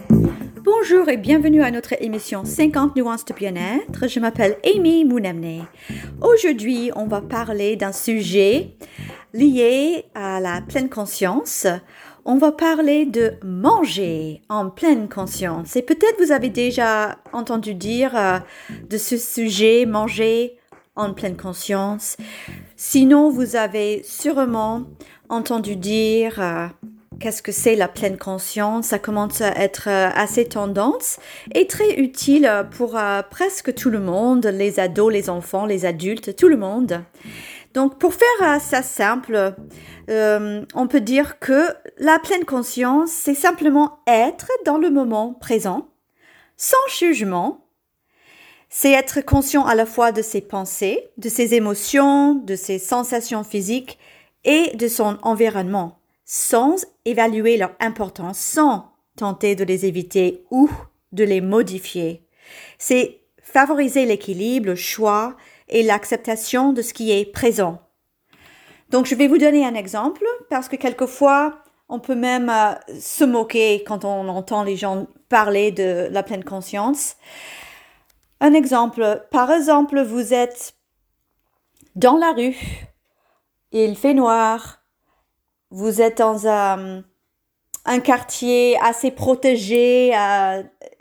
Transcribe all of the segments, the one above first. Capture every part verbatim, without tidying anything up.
Bonjour et bienvenue à notre émission cinquante nuances de bien-être. Je m'appelle Amy Mounamne. Aujourd'hui, on va parler d'un sujet lié à la pleine conscience. On va parler de manger en pleine conscience. Et peut-être vous avez déjà entendu dire euh, de ce sujet, manger en pleine conscience. Sinon, vous avez sûrement entendu dire... Euh, Qu'est-ce que c'est la pleine conscience? Ça commence à être assez tendance et très utile pour euh, presque tout le monde, les ados, les enfants, les adultes, tout le monde. Donc, pour faire euh, ça simple, euh, on peut dire que la pleine conscience, c'est simplement être dans le moment présent, sans jugement. C'est être conscient à la fois de ses pensées, de ses émotions, de ses sensations physiques et de son environnement, sans évaluer leur importance, sans tenter de les éviter ou de les modifier. C'est favoriser l'équilibre, le choix et l'acceptation de ce qui est présent. Donc, je vais vous donner un exemple parce que quelquefois, on peut même euh, se moquer quand on entend les gens parler de la pleine conscience. Un exemple, par exemple, vous êtes dans la rue, il fait noir, vous êtes dans un, un quartier assez protégé, euh,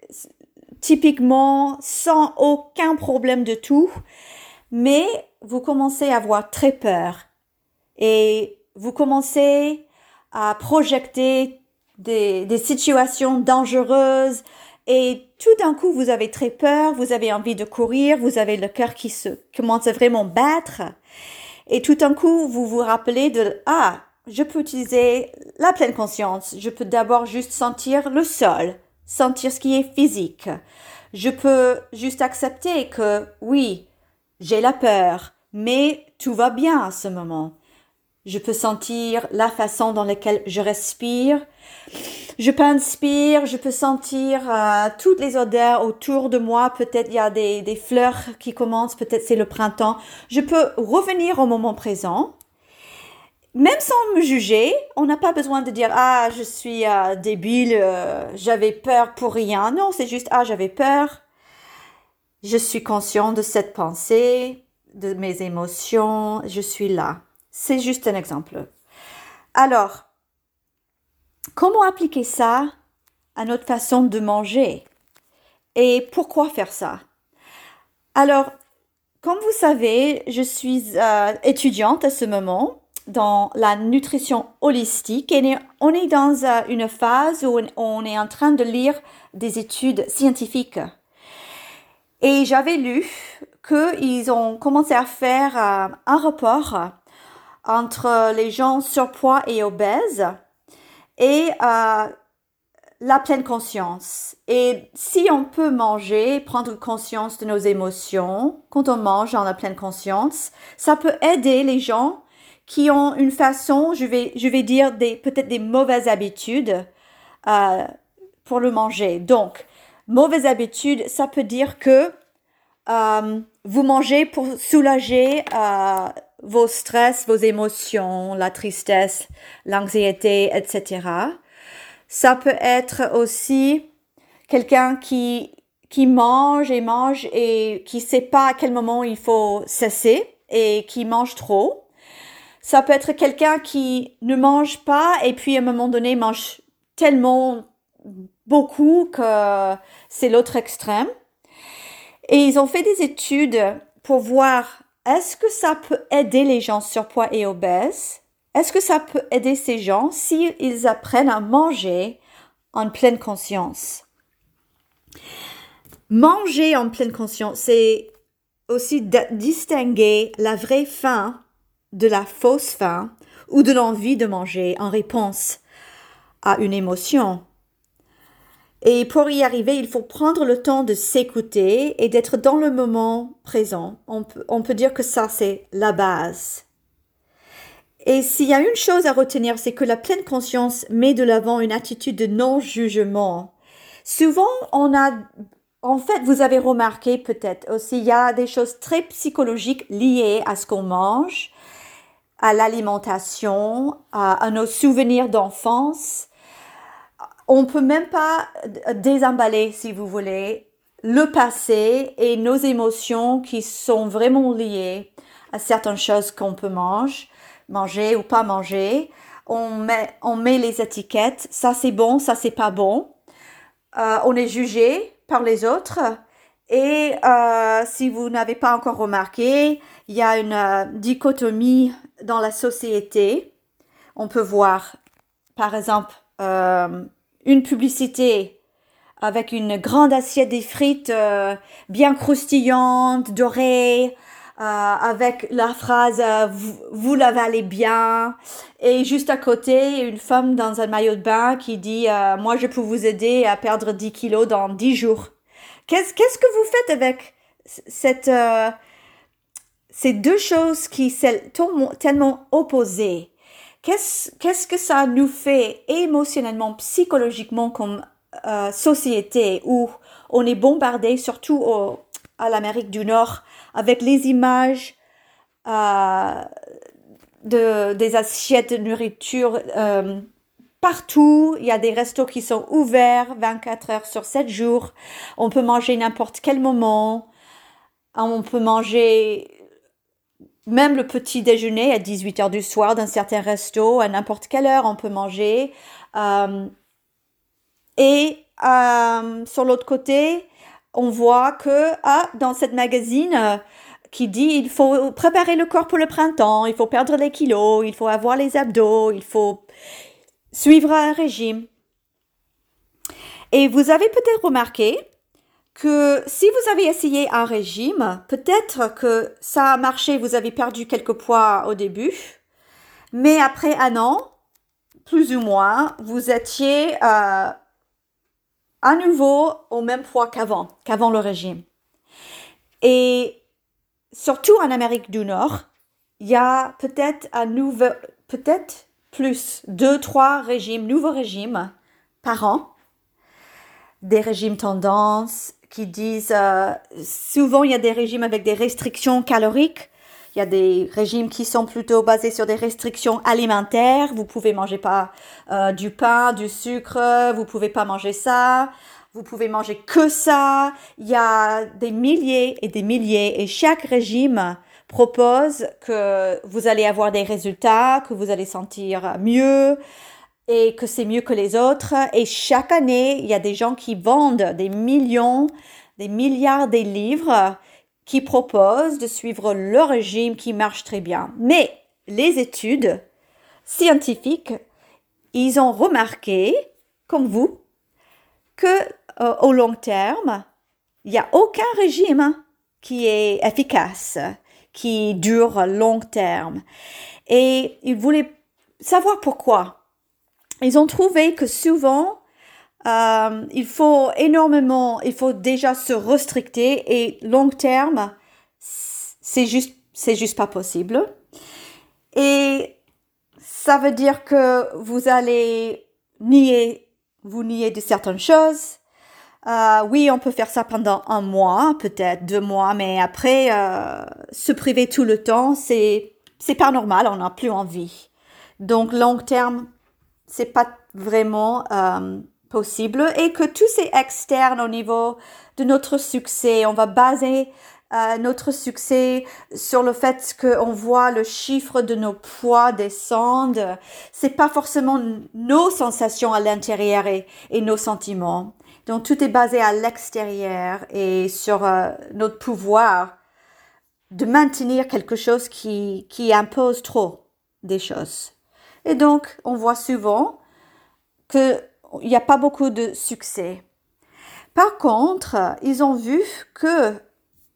typiquement sans aucun problème de tout, mais vous commencez à avoir très peur et vous commencez à projeter des, des situations dangereuses et tout d'un coup vous avez très peur, vous avez envie de courir, vous avez le cœur qui se commence à vraiment battre et tout d'un coup vous vous rappelez de « Ah !» Je peux utiliser la pleine conscience. Je peux d'abord juste sentir le sol, sentir ce qui est physique. Je peux juste accepter que oui, j'ai la peur, mais tout va bien à ce moment. Je peux sentir la façon dans laquelle je respire. Je peux inspirer, je peux sentir euh, toutes les odeurs autour de moi. Peut-être il y a des, des fleurs qui commencent, peut-être c'est le printemps. Je peux revenir au moment présent. Même sans me juger, on n'a pas besoin de dire « Ah, je suis euh, débile, euh, j'avais peur pour rien. » Non, c'est juste « Ah, j'avais peur. Je suis conscient de cette pensée, de mes émotions. Je suis là. » C'est juste un exemple. Alors, comment appliquer ça à notre façon de manger? Et pourquoi faire ça? Alors, comme vous savez, je suis euh, étudiante à ce moment dans la nutrition holistique et on est dans une phase où on est en train de lire des études scientifiques. Et j'avais lu qu'ils ont commencé à faire un rapport entre les gens surpoids et obèses et euh, la pleine conscience. Et si on peut manger, prendre conscience de nos émotions, quand on mange dans la pleine conscience, ça peut aider les gens qui ont une façon, je vais, je vais dire des, peut-être des mauvaises habitudes euh, pour le manger. Donc, mauvaises habitudes, ça peut dire que euh, vous mangez pour soulager euh, vos stress, vos émotions, la tristesse, l'anxiété, et cetera. Ça peut être aussi quelqu'un qui, qui mange et mange et qui ne sait pas à quel moment il faut cesser et qui mange trop. Ça peut être quelqu'un qui ne mange pas et puis à un moment donné mange tellement beaucoup que c'est l'autre extrême. Et ils ont fait des études pour voir est-ce que ça peut aider les gens surpoids et obèses? Est-ce que ça peut aider ces gens s'ils apprennent à manger en pleine conscience? Manger en pleine conscience, c'est aussi distinguer la vraie faim de la fausse faim ou de l'envie de manger en réponse à une émotion. Et pour y arriver, il faut prendre le temps de s'écouter et d'être dans le moment présent. On peut, on peut dire que ça, c'est la base. Et s'il y a une chose à retenir, c'est que la pleine conscience met de l'avant une attitude de non-jugement. Souvent, on a... En fait, vous avez remarqué peut-être aussi, il y a des choses très psychologiques liées à ce qu'on mange, à l'alimentation, à, à nos souvenirs d'enfance. On peut même pas désemballer, si vous voulez, le passé et nos émotions qui sont vraiment liées à certaines choses qu'on peut manger, manger ou pas manger. On met, on met les étiquettes. Ça c'est bon, ça c'est pas bon. Euh, on est jugé par les autres. Et euh, si vous n'avez pas encore remarqué, il y a une euh, dichotomie dans la société. On peut voir, par exemple, euh, une publicité avec une grande assiette de frites euh, bien croustillantes, dorées, euh, avec la phrase euh, vous, vous l'avalez bien, et juste à côté une femme dans un maillot de bain qui dit euh, moi je peux vous aider à perdre dix kilos dans dix jours. Qu'est-ce, qu'est-ce que vous faites avec cette, euh, ces deux choses qui sont tellement opposées? Qu'est-ce, qu'est-ce que ça nous fait émotionnellement, psychologiquement comme euh, société où on est bombardé, surtout au, à l'Amérique du Nord, avec les images euh, de, des assiettes de nourriture euh, partout. Il y a des restos qui sont ouverts vingt-quatre heures sur sept jours. On peut manger n'importe quel moment. On peut manger même le petit déjeuner à dix-huit heures du soir dans certains restos, à n'importe quelle heure on peut manger. Euh, et euh, sur l'autre côté, on voit que ah, dans cette magazine euh, qui dit il faut préparer le corps pour le printemps, il faut perdre les kilos, il faut avoir les abdos, il faut suivre un régime. Et vous avez peut-être remarqué que si vous avez essayé un régime, peut-être que ça a marché, vous avez perdu quelques poids au début, mais après un an, plus ou moins, vous étiez euh, à nouveau au même poids qu'avant, qu'avant le régime. Et surtout en Amérique du Nord, il y a peut-être un nouveau, peut-être plus, deux, trois régimes, nouveaux régimes par an, des régimes tendance qui disent, euh, souvent il y a des régimes avec des restrictions caloriques, il y a des régimes qui sont plutôt basés sur des restrictions alimentaires, vous pouvez manger pas euh, du pain, du sucre, vous pouvez pas manger ça, vous pouvez manger que ça, il y a des milliers et des milliers et chaque régime propose que vous allez avoir des résultats, que vous allez sentir mieux, et que c'est mieux que les autres. Et chaque année, il y a des gens qui vendent des millions, des milliards de livres qui proposent de suivre le régime qui marche très bien. Mais les études scientifiques, ils ont remarqué, comme vous, que euh, au long terme, il n'y a aucun régime qui est efficace, qui dure long terme. Et ils voulaient savoir pourquoi. Ils ont trouvé que souvent, euh, il faut énormément, il faut déjà se restricter et long terme, c'est juste, c'est juste pas possible. Et ça veut dire que vous allez nier, vous nier de certaines choses. Euh, oui, on peut faire ça pendant un mois, peut-être deux mois, mais après, euh, se priver tout le temps, c'est, c'est pas normal, on n'a plus envie. Donc, long terme, c'est pas vraiment euh, possible et que tout c'est externe au niveau de notre succès. On va baser euh, notre succès sur le fait qu'on voit le chiffre de nos poids descendre. C'est pas forcément nos sensations à l'intérieur et, et nos sentiments. Donc tout est basé à l'extérieur et sur euh, notre pouvoir de maintenir quelque chose qui, qui impose trop des choses. Et donc, on voit souvent qu'il n'y a pas beaucoup de succès. Par contre, ils ont vu que euh,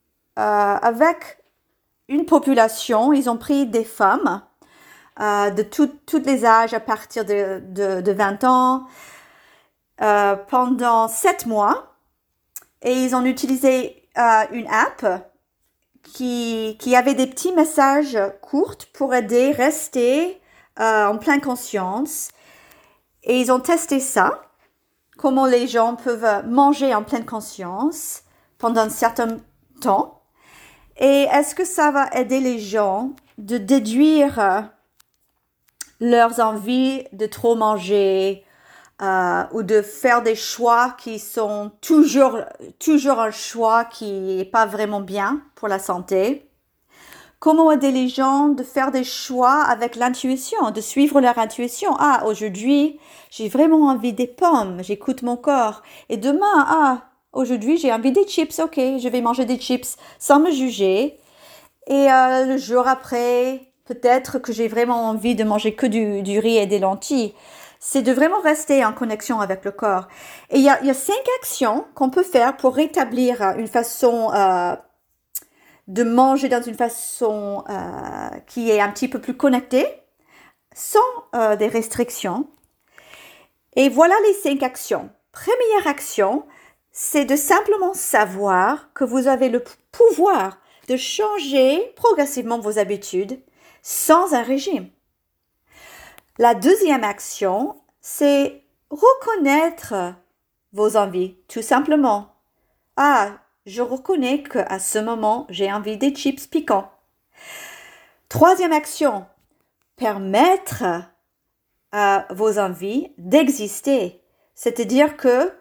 avec une population, ils ont pris des femmes euh, de tous les âges à partir de, de, de vingt ans euh, pendant sept mois et ils ont utilisé euh, une app qui, qui avait des petits messages courts pour aider à rester Euh, en pleine conscience et ils ont testé ça, comment les gens peuvent manger en pleine conscience pendant un certain temps et est-ce que ça va aider les gens de déduire leurs envies de trop manger, euh, ou de faire des choix qui sont toujours, toujours un choix qui n'est pas vraiment bien pour la santé. Comment aider les gens de faire des choix avec l'intuition, de suivre leur intuition. Ah, aujourd'hui, j'ai vraiment envie des pommes, j'écoute mon corps. Et demain, ah, aujourd'hui, j'ai envie des chips, ok, je vais manger des chips sans me juger. Et euh, le jour après, peut-être que j'ai vraiment envie de manger que du, du riz et des lentilles. C'est de vraiment rester en connexion avec le corps. Et il y a, il y a cinq actions qu'on peut faire pour rétablir une façon euh, de manger dans une façon euh, qui est un petit peu plus connectée, sans euh, des restrictions. Et voilà les cinq actions. Première action, c'est de simplement savoir que vous avez le pouvoir de changer progressivement vos habitudes sans un régime. La deuxième action, c'est reconnaître vos envies, tout simplement. Ah, je reconnais qu'à ce moment, j'ai envie des chips piquants. Troisième action, permettre à vos envies d'exister. C'est-à-dire que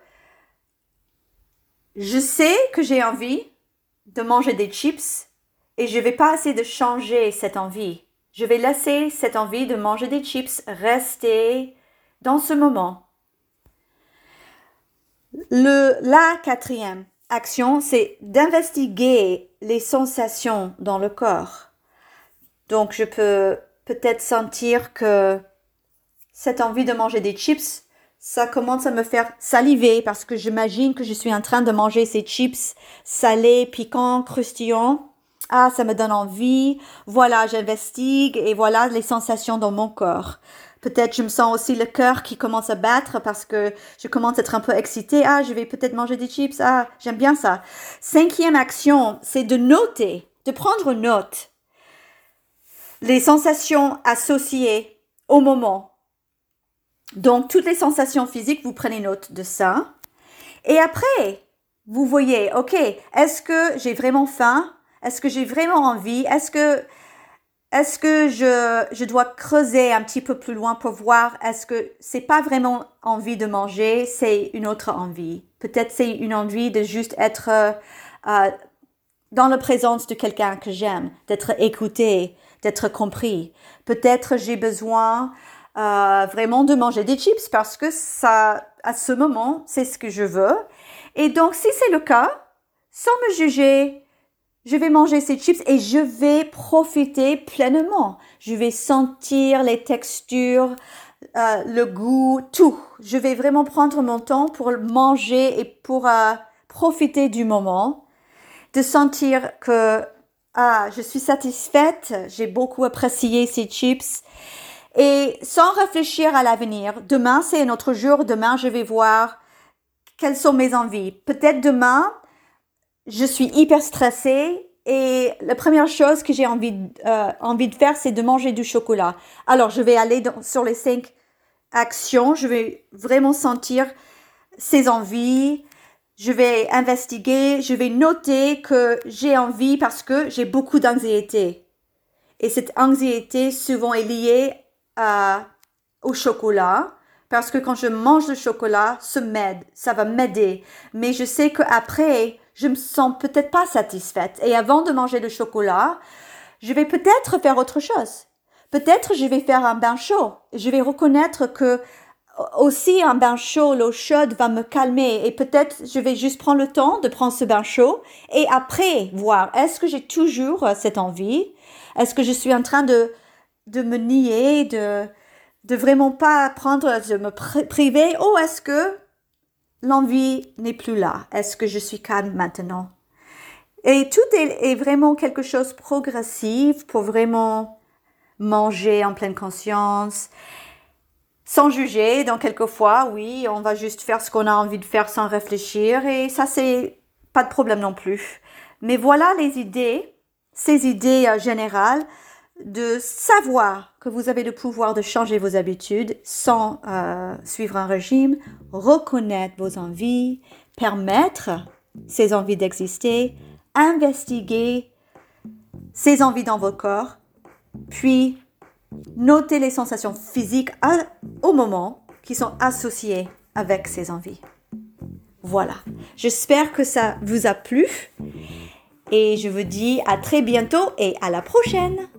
je sais que j'ai envie de manger des chips et je ne vais pas essayer de changer cette envie. Je vais laisser cette envie de manger des chips rester dans ce moment. Le, la quatrième action, c'est d'investiguer les sensations dans le corps. Donc, je peux peut-être sentir que cette envie de manger des chips, ça commence à me faire saliver parce que j'imagine que je suis en train de manger ces chips salés, piquants, croustillants. Ah, ça me donne envie. Voilà, j'investigue et voilà les sensations dans mon corps. Peut-être je me sens aussi le cœur qui commence à battre parce que je commence à être un peu excitée. Ah, je vais peut-être manger des chips. Ah, j'aime bien ça. Cinquième action, c'est de noter, de prendre note. Les sensations associées au moment. Donc, toutes les sensations physiques, vous prenez note de ça. Et après, vous voyez, ok, est-ce que j'ai vraiment faim? Est-ce que j'ai vraiment envie? Est-ce que, est-ce que je, je dois creuser un petit peu plus loin pour voir est-ce que c'est pas vraiment envie de manger, c'est une autre envie. Peut-être c'est une envie de juste être euh, dans la présence de quelqu'un que j'aime, d'être écouté, d'être compris. Peut-être j'ai besoin euh, vraiment de manger des chips parce que ça, à ce moment, c'est ce que je veux. Et donc, si c'est le cas, sans me juger, je vais manger ces chips et je vais profiter pleinement. Je vais sentir les textures, euh, le goût, tout. Je vais vraiment prendre mon temps pour manger et pour euh, profiter du moment, de sentir que ah, je suis satisfaite, j'ai beaucoup apprécié ces chips. Et sans réfléchir à l'avenir, demain c'est un autre jour, demain je vais voir quelles sont mes envies. Peut-être demain, je suis hyper stressée et la première chose que j'ai envie, euh, envie de faire, c'est de manger du chocolat. Alors, je vais aller dans, sur les cinq actions, je vais vraiment sentir ces envies, je vais investiguer, je vais noter que j'ai envie parce que j'ai beaucoup d'anxiété. Et cette anxiété souvent est liée à, au chocolat. Parce que quand je mange le chocolat, ça m'aide, ça va m'aider. Mais je sais qu'après, je me sens peut-être pas satisfaite. Et avant de manger le chocolat, je vais peut-être faire autre chose. Peut-être je vais faire un bain chaud. Je vais reconnaître que aussi un bain chaud, l'eau chaude va me calmer. Et peut-être je vais juste prendre le temps de prendre ce bain chaud. Et après, voir, est-ce que j'ai toujours cette envie? Est-ce que je suis en train de, de me nier, de... de vraiment pas prendre, de me priver, ou est-ce que l'envie n'est plus là? Est-ce que je suis calme maintenant? Et tout est, est vraiment quelque chose de progressif pour vraiment manger en pleine conscience, sans juger. Donc quelquefois, oui, on va juste faire ce qu'on a envie de faire sans réfléchir et ça, c'est pas de problème non plus. Mais voilà les idées, ces idées euh, générales, de savoir que vous avez le pouvoir de changer vos habitudes sans euh, suivre un régime, reconnaître vos envies, permettre ces envies d'exister, investiguer ces envies dans votre corps, puis noter les sensations physiques à, au moment qui sont associées avec ces envies. Voilà. J'espère que ça vous a plu et je vous dis à très bientôt et à la prochaine.